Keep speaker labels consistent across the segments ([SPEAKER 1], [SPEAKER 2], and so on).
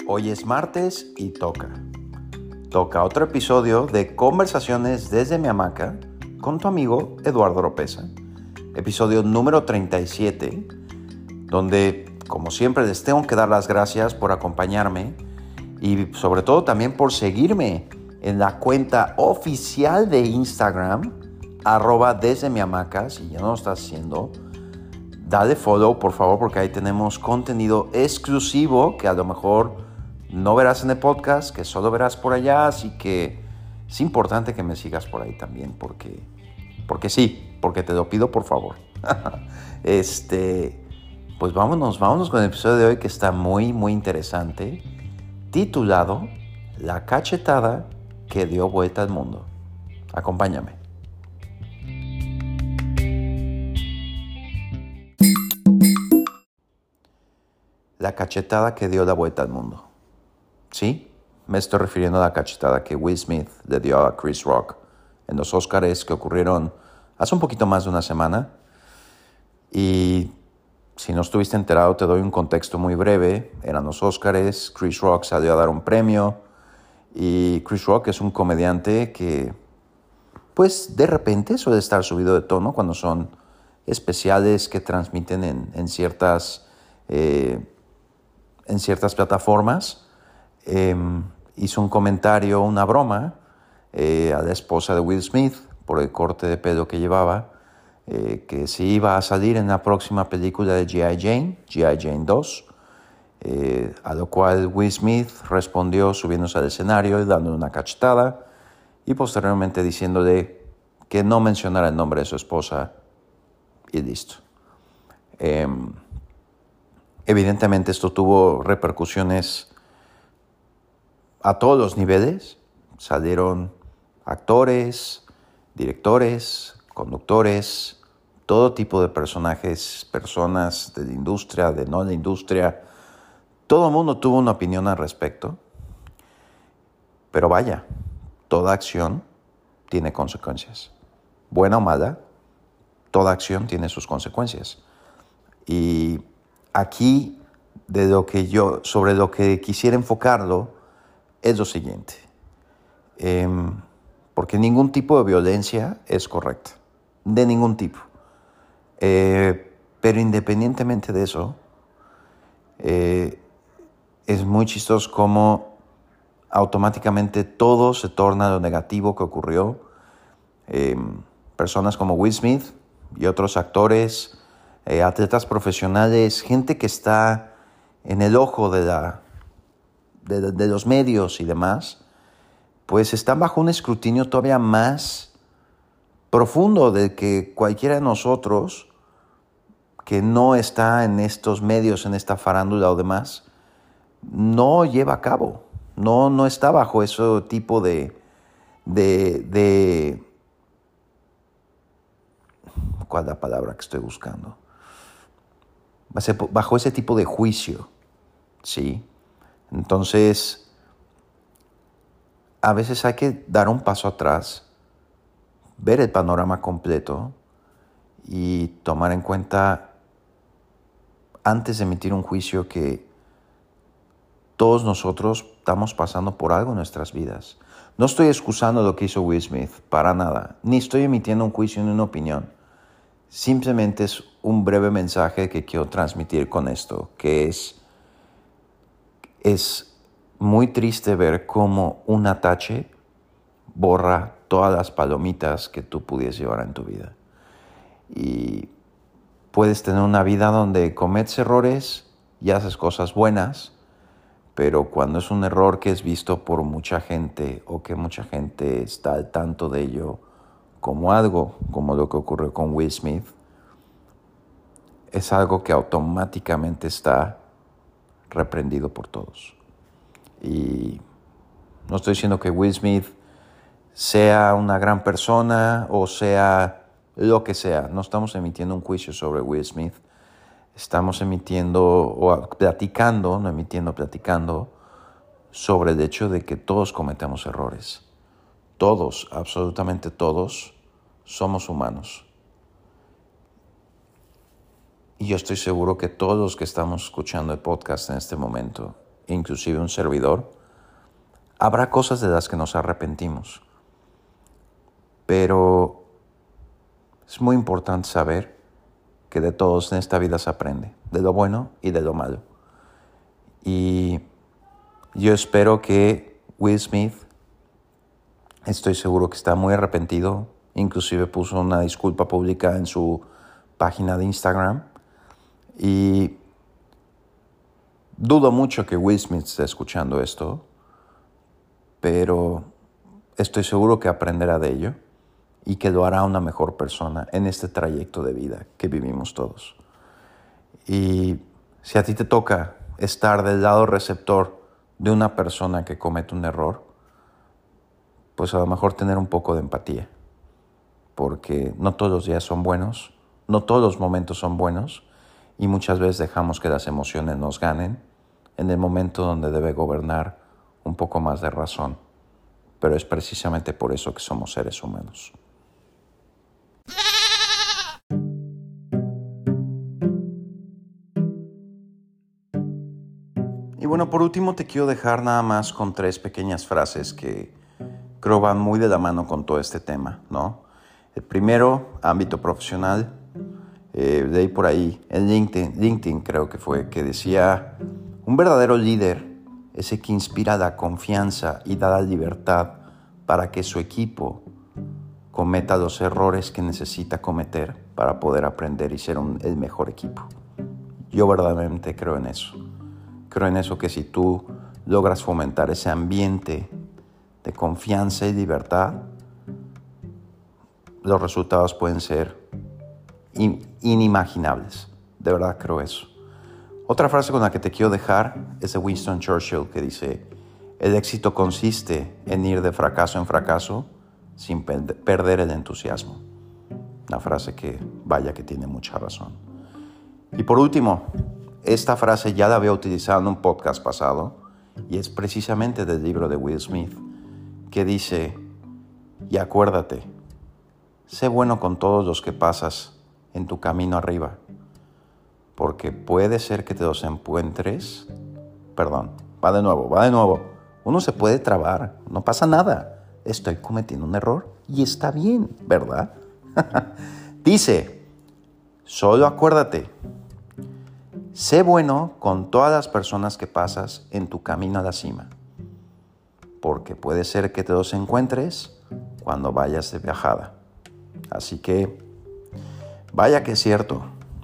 [SPEAKER 1] Hoy es martes y toca otro episodio de Conversaciones desde mi hamaca con tu amigo Eduardo Oropeza. Episodio número 37, donde, como siempre, les tengo que dar las gracias por acompañarme y sobre todo también por seguirme en la cuenta oficial de Instagram, @desde mi hamaca. Si ya no lo estás haciendo, dale follow, por favor, porque ahí tenemos contenido exclusivo que a lo mejor no verás en el podcast, que solo verás por allá. Así que es importante que me sigas por ahí también, porque te lo pido, por favor. Pues vámonos con el episodio de hoy, que está muy, muy interesante, titulado La cachetada que dio vuelta al mundo. Acompáñame. La cachetada que dio la vuelta al mundo. Sí, me estoy refiriendo a la cachetada que Will Smith le dio a Chris Rock en los Óscares, que ocurrieron hace un poquito más de una semana. Y si no estuviste enterado, te doy un contexto muy breve. Eran los Óscares, Chris Rock salió a dar un premio, y Chris Rock es un comediante que, pues, de repente suele estar subido de tono cuando son especiales que transmiten en ciertas plataformas. Hizo un comentario, una broma, a la esposa de Will Smith por el corte de pelo que llevaba, que si iba a salir en la próxima película de G.I. Jane 2, a lo cual Will Smith respondió subiéndose al escenario y dándole una cachetada, y posteriormente diciéndole que no mencionara el nombre de su esposa, y listo. Evidentemente esto tuvo repercusiones a todos los niveles. Salieron actores, directores, conductores, todo tipo de personajes, personas de la industria, de no la industria. Todo el mundo tuvo una opinión al respecto. Pero vaya, toda acción tiene consecuencias. Buena o mala, toda acción tiene sus consecuencias. Y aquí, sobre lo que quisiera enfocarlo, es lo siguiente. Porque ningún tipo de violencia es correcta. De ningún tipo. Pero independientemente de eso, es muy chistoso cómo automáticamente todo se torna lo negativo que ocurrió. Personas como Will Smith y otros actores, atletas profesionales, gente que está en el ojo de los medios y demás, pues están bajo un escrutinio todavía más profundo del que cualquiera de nosotros que no está en estos medios, en esta farándula o demás, no lleva a cabo. No está bajo ese tipo de ¿cuál es la palabra que estoy buscando? Bajo ese tipo de juicio, ¿sí? Entonces, a veces hay que dar un paso atrás, ver el panorama completo y tomar en cuenta, antes de emitir un juicio, que todos nosotros estamos pasando por algo en nuestras vidas. No estoy excusando lo que hizo Will Smith, para nada, ni estoy emitiendo un juicio ni una opinión. Simplemente es un breve mensaje que quiero transmitir con esto, que es muy triste ver cómo un atache borra todas las palomitas que tú pudieras llevar en tu vida. Y puedes tener una vida donde cometes errores y haces cosas buenas, pero cuando es un error que es visto por mucha gente, o que mucha gente está al tanto de ello, como algo como lo que ocurrió con Will Smith, es algo que automáticamente está reprendido por todos. Y no estoy diciendo que Will Smith sea una gran persona o sea lo que sea. No estamos emitiendo un juicio sobre Will Smith. Estamos platicando sobre el hecho de que todos cometemos errores. Todos, absolutamente todos, somos humanos. Y yo estoy seguro que todos los que estamos escuchando el podcast en este momento inclusive un servidor, habrá cosas de las que nos arrepentimos. Pero es muy importante saber que de todos en esta vida se aprende, de lo bueno y de lo malo. Y yo espero que Will Smith, estoy seguro que está muy arrepentido, inclusive puso una disculpa pública en su página de Instagram. Y dudo mucho que Will Smith esté escuchando esto, pero estoy seguro que aprenderá de ello y que lo hará una mejor persona en este trayecto de vida que vivimos todos. Y si a ti te toca estar del lado receptor de una persona que comete un error, pues a lo mejor tener un poco de empatía, porque no todos los días son buenos, no todos los momentos son buenos, y muchas veces dejamos que las emociones nos ganen en el momento donde debe gobernar un poco más de razón. Pero es precisamente por eso que somos seres humanos. Y bueno, por último te quiero dejar nada más con 3 pequeñas frases que creo van muy de la mano con todo este tema, ¿no? El primero, ámbito profesional. Leí por ahí en LinkedIn creo que fue, que decía: un verdadero líder es el que inspira la confianza y da la libertad para que su equipo cometa los errores que necesita cometer para poder aprender y ser el mejor equipo. Yo verdaderamente creo en eso. Creo en eso, que si tú logras fomentar ese ambiente de confianza y libertad, los resultados pueden ser inimaginables. De verdad creo eso. Otra frase con la que te quiero dejar es de Winston Churchill, que dice: el éxito consiste en ir de fracaso en fracaso sin perder el entusiasmo. Una frase que vaya que tiene mucha razón. Y por último, esta frase ya la había utilizado en un podcast pasado y es precisamente del libro de Will Smith, que dice: y acuérdate, sé bueno con todos los que pasas en tu camino arriba, porque puede ser que te los encuentres. Perdón, va de nuevo. Uno se puede trabar, no pasa nada. Estoy cometiendo un error y está bien, ¿verdad? Dice: solo acuérdate, sé bueno con todas las personas que pasas en tu camino a la cima, porque puede ser que te los encuentres cuando vayas de viajada. Así que, vaya que es cierto.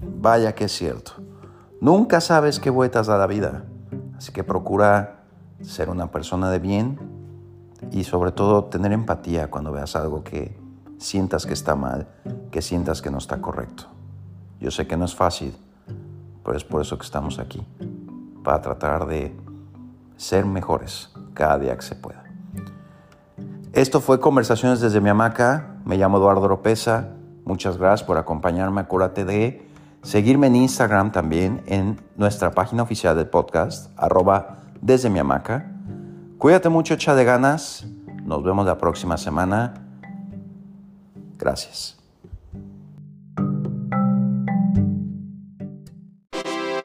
[SPEAKER 1] Nunca sabes qué vueltas da la vida, así que procura ser una persona de bien y sobre todo tener empatía cuando veas algo que sientas que está mal, que sientas que no está correcto. Yo sé que no es fácil, pero es por eso que estamos aquí, para tratar de ser mejores cada día que se pueda. Esto fue Conversaciones desde mi hamaca. Me llamo Eduardo Oropeza. Muchas gracias por acompañarme. Acuérdate de seguirme en Instagram también, en nuestra página oficial del podcast, @desde mi hamaca. Cuídate mucho, échale ganas. Nos vemos la próxima semana. Gracias.